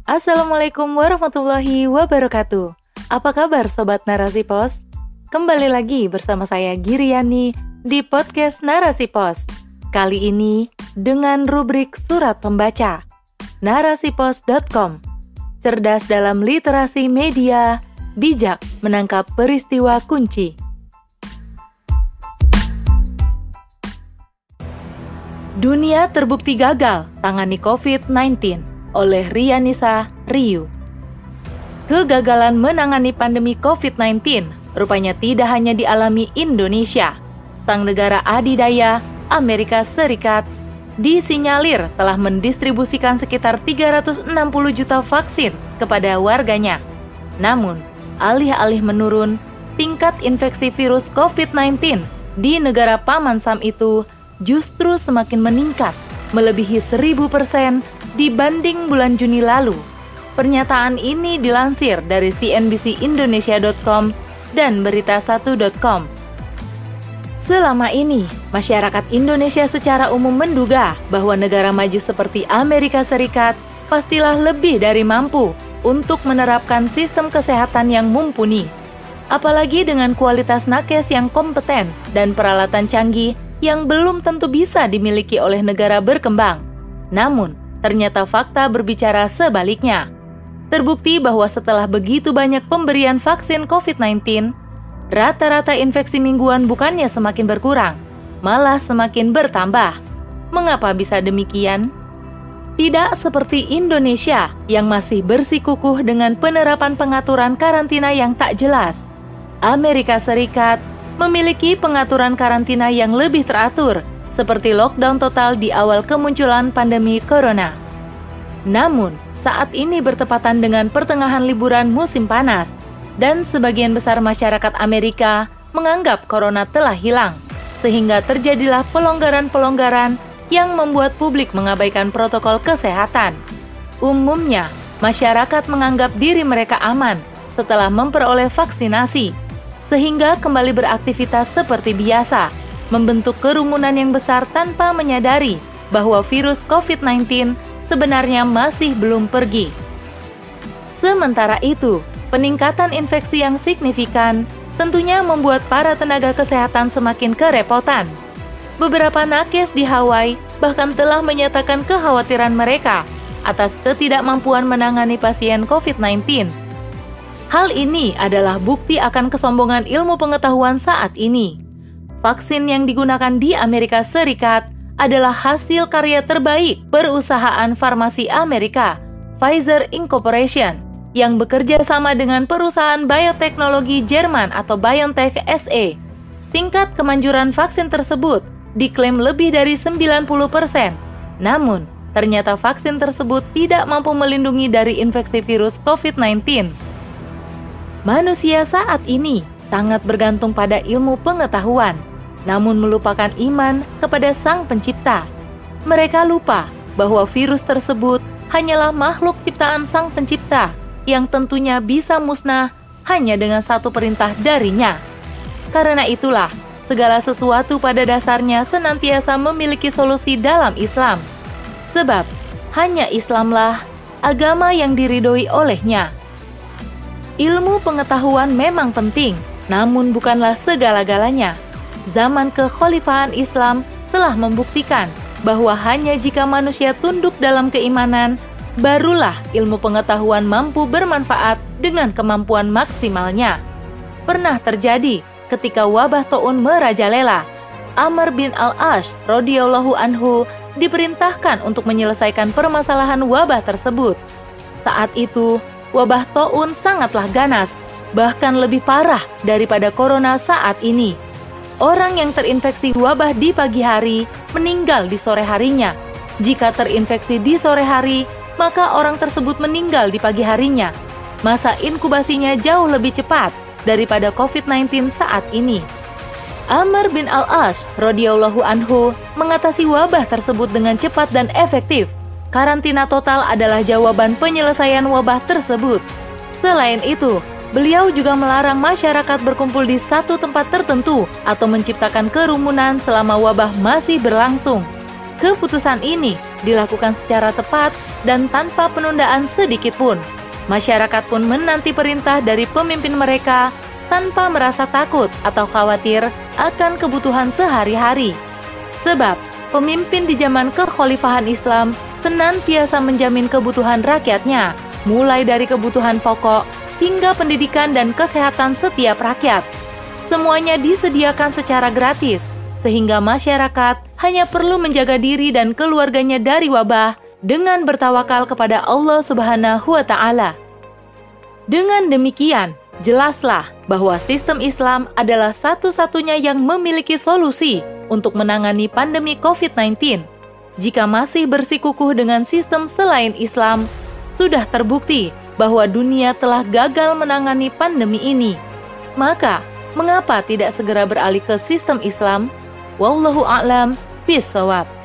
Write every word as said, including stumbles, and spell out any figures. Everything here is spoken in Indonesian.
Assalamualaikum warahmatullahi wabarakatuh. Apa kabar Sobat Narasi Pos? Kembali lagi bersama saya Giriani di podcast Narasi Pos. Kali ini dengan rubrik Surat Pembaca, narasipos dot com. Cerdas dalam literasi media, bijak menangkap peristiwa kunci. Dunia terbukti gagal tangani covid sembilan belas oleh Rianisa Riu. Kegagalan menangani pandemi covid sembilan belas rupanya tidak hanya dialami Indonesia. Sang negara adidaya, Amerika Serikat, disinyalir telah mendistribusikan sekitar tiga ratus enam puluh juta vaksin kepada warganya. Namun, alih-alih menurun, tingkat infeksi virus covid sembilan belas di negara Paman Sam itu justru semakin meningkat, melebihi seribu persen dibanding bulan Juni lalu. Pernyataan ini dilansir dari C N B C Indonesia dot com dan berita satu dot com. Selama ini, masyarakat Indonesia secara umum menduga bahwa negara maju seperti Amerika Serikat pastilah lebih dari mampu untuk menerapkan sistem kesehatan yang mumpuni. Apalagi dengan kualitas nakes yang kompeten dan peralatan canggih yang belum tentu bisa dimiliki oleh negara berkembang. Namun, ternyata fakta berbicara sebaliknya. Terbukti bahwa setelah begitu banyak pemberian vaksin covid sembilan belas, rata-rata infeksi mingguan bukannya semakin berkurang, malah semakin bertambah. Mengapa bisa demikian? Tidak seperti Indonesia yang masih bersikukuh dengan penerapan pengaturan karantina yang tak jelas. Amerika Serikat memiliki pengaturan karantina yang lebih teratur, seperti lockdown total di awal kemunculan pandemi corona. Namun, saat ini bertepatan dengan pertengahan liburan musim panas, dan sebagian besar masyarakat Amerika menganggap corona telah hilang, sehingga terjadilah pelonggaran-pelonggaran yang membuat publik mengabaikan protokol kesehatan. Umumnya, masyarakat menganggap diri mereka aman setelah memperoleh vaksinasi, sehingga kembali beraktivitas seperti biasa, membentuk kerumunan yang besar tanpa menyadari bahwa virus covid sembilan belas sebenarnya masih belum pergi. Sementara itu, peningkatan infeksi yang signifikan tentunya membuat para tenaga kesehatan semakin kerepotan. Beberapa nakes di Hawaii bahkan telah menyatakan kekhawatiran mereka atas ketidakmampuan menangani pasien covid sembilan belas. Hal ini adalah bukti akan kesombongan ilmu pengetahuan saat ini. Vaksin yang digunakan di Amerika Serikat adalah hasil karya terbaik perusahaan farmasi Amerika, Pfizer Incorporation, yang bekerja sama dengan perusahaan bioteknologi Jerman atau BioNTech S A. Tingkat kemanjuran vaksin tersebut diklaim lebih dari sembilan puluh persen. Namun, ternyata vaksin tersebut tidak mampu melindungi dari infeksi virus covid sembilan belas. Manusia saat ini sangat bergantung pada ilmu pengetahuan, namun melupakan iman kepada Sang Pencipta. Mereka lupa bahwa virus tersebut hanyalah makhluk ciptaan Sang Pencipta yang tentunya bisa musnah hanya dengan satu perintah darinya. Karena itulah, segala sesuatu pada dasarnya senantiasa memiliki solusi dalam Islam. Sebab, hanya Islamlah agama yang diridhoi olehnya. Ilmu pengetahuan memang penting, namun bukanlah segala-galanya. Zaman kekhalifahan Islam telah membuktikan bahwa hanya jika manusia tunduk dalam keimanan, barulah ilmu pengetahuan mampu bermanfaat dengan kemampuan maksimalnya. Pernah terjadi ketika wabah taun merajalela, Amr bin al-As radhiyallahu anhu diperintahkan untuk menyelesaikan permasalahan wabah tersebut. Saat itu, wabah taun sangatlah ganas, bahkan lebih parah daripada corona saat ini. Orang yang terinfeksi wabah di pagi hari meninggal di sore harinya. Jika terinfeksi di sore hari, maka orang tersebut meninggal di pagi harinya. Masa inkubasinya jauh lebih cepat daripada covid sembilan belas saat ini. Amr bin al-As radhiyallahu anhu mengatasi wabah tersebut dengan cepat dan efektif. Karantina total adalah jawaban penyelesaian wabah tersebut. Selain itu, beliau juga melarang masyarakat berkumpul di satu tempat tertentu atau menciptakan kerumunan selama wabah masih berlangsung. Keputusan ini dilakukan secara tepat dan tanpa penundaan sedikit pun. Masyarakat pun menanti perintah dari pemimpin mereka tanpa merasa takut atau khawatir akan kebutuhan sehari-hari. Sebab, pemimpin di zaman kekhalifahan Islam senantiasa menjamin kebutuhan rakyatnya, mulai dari kebutuhan pokok hingga pendidikan dan kesehatan setiap rakyat. Semuanya disediakan secara gratis, sehingga masyarakat hanya perlu menjaga diri dan keluarganya dari wabah dengan bertawakal kepada Allah Subhanahu wa Ta'ala. Dengan demikian, jelaslah bahwa sistem Islam adalah satu-satunya yang memiliki solusi untuk menangani pandemi covid sembilan belas. Jika masih bersikukuh dengan sistem selain Islam, sudah terbukti bahwa dunia telah gagal menangani pandemi ini. Maka, mengapa tidak segera beralih ke sistem Islam? Wallahu a'lam bishawab.